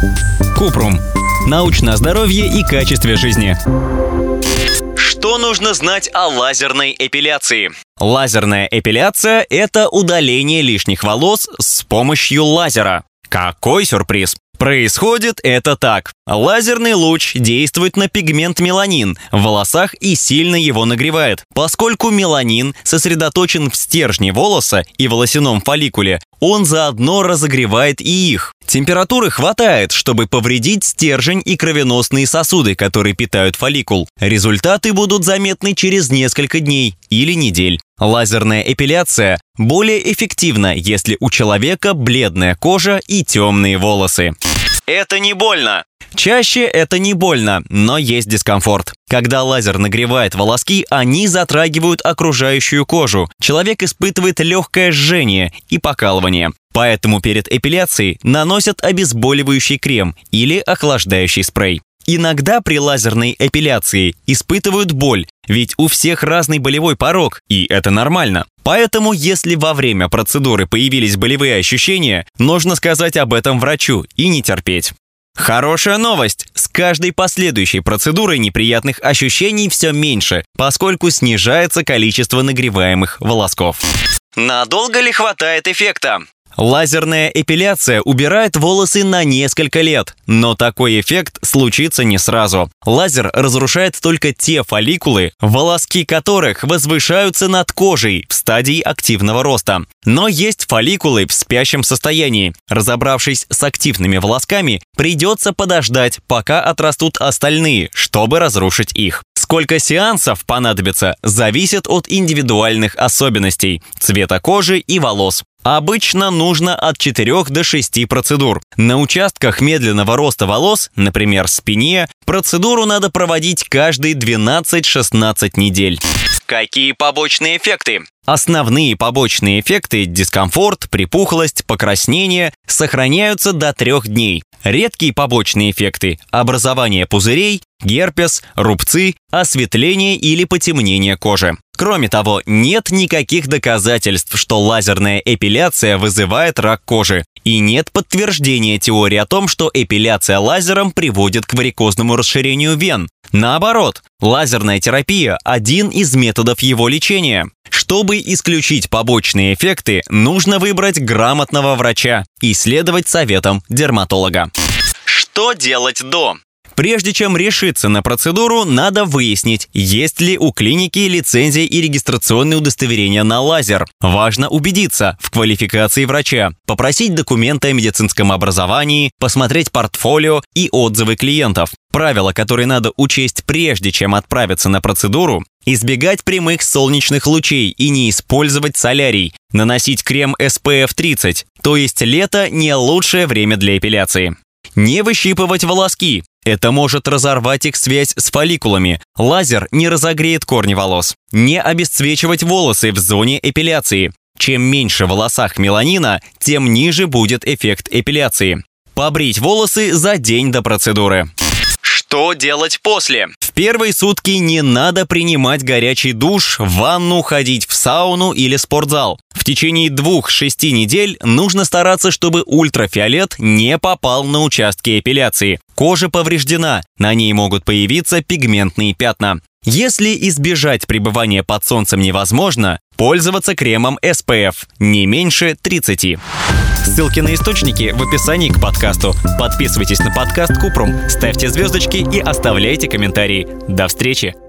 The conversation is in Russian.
Купрум. Научное здоровье и качестве жизни. Что нужно знать о лазерной эпиляции? Лазерная эпиляция – это удаление лишних волос с помощью лазера. Какой сюрприз! Происходит это так. Лазерный луч действует на пигмент меланин в волосах и сильно его нагревает. Поскольку меланин сосредоточен в стержне волоса и волосяном фолликуле, он заодно разогревает и их. Температуры хватает, чтобы повредить стержень и кровеносные сосуды, которые питают фолликул. Результаты будут заметны через несколько дней или недель. Лазерная эпиляция более эффективна, если у человека бледная кожа и темные волосы. Это не больно. Чаще это не больно, но есть дискомфорт. Когда лазер нагревает волоски, они затрагивают окружающую кожу. Человек испытывает легкое жжение и покалывание. Поэтому перед эпиляцией наносят обезболивающий крем или охлаждающий спрей. Иногда при лазерной эпиляции испытывают боль, ведь у всех разный болевой порог, и это нормально. Поэтому, если во время процедуры появились болевые ощущения, нужно сказать об этом врачу и не терпеть. Хорошая новость! С каждой последующей процедурой неприятных ощущений все меньше, поскольку снижается количество нагреваемых волосков. Надолго ли хватает эффекта? Лазерная эпиляция убирает волосы на несколько лет, но такой эффект случится не сразу. Лазер разрушает только те фолликулы, волоски которых возвышаются над кожей в стадии активного роста. Но есть фолликулы в спящем состоянии. Разобравшись с активными волосками, придется подождать, пока отрастут остальные, чтобы разрушить их. Сколько сеансов понадобится, зависит от индивидуальных особенностей – цвета кожи и волос. Обычно нужно от 4 до 6 процедур. На участках медленного роста волос, например, спине, процедуру надо проводить каждые 12-16 недель. Какие побочные эффекты? Основные побочные эффекты – дискомфорт, припухлость, покраснение – сохраняются до 3 дней. Редкие побочные эффекты – образование пузырей, герпес, рубцы, осветление или потемнение кожи. Кроме того, нет никаких доказательств, что лазерная эпиляция вызывает рак кожи. И нет подтверждения теории о том, что эпиляция лазером приводит к варикозному расширению вен. Наоборот, лазерная терапия – один из методов его лечения. Чтобы исключить побочные эффекты, нужно выбрать грамотного врача и следовать советам дерматолога. Что делать до? Прежде чем решиться на процедуру, надо выяснить, есть ли у клиники лицензия и регистрационные удостоверения на лазер. Важно убедиться в квалификации врача, попросить документы о медицинском образовании, посмотреть портфолио и отзывы клиентов. Правила, которые надо учесть прежде, чем отправиться на процедуру: избегать прямых солнечных лучей и не использовать солярий, наносить крем SPF 30, то есть лето не лучшее время для эпиляции. Не выщипывать волоски. Это может разорвать их связь с фолликулами. Лазер не разогреет корни волос. Не обесцвечивать волосы в зоне эпиляции. Чем меньше в волосах меланина, тем ниже будет эффект эпиляции. Побрить волосы за день до процедуры. Что делать после? В первые сутки не надо принимать горячий душ, ванну, ходить в сауну или спортзал. В течение 2-6 недель нужно стараться, чтобы ультрафиолет не попал на участки эпиляции. Кожа повреждена, на ней могут появиться пигментные пятна. Если избежать пребывания под солнцем невозможно, пользоваться кремом SPF не меньше 30. Ссылки на источники в описании к подкасту. Подписывайтесь на подкаст Купрум, ставьте звездочки и оставляйте комментарии. До встречи!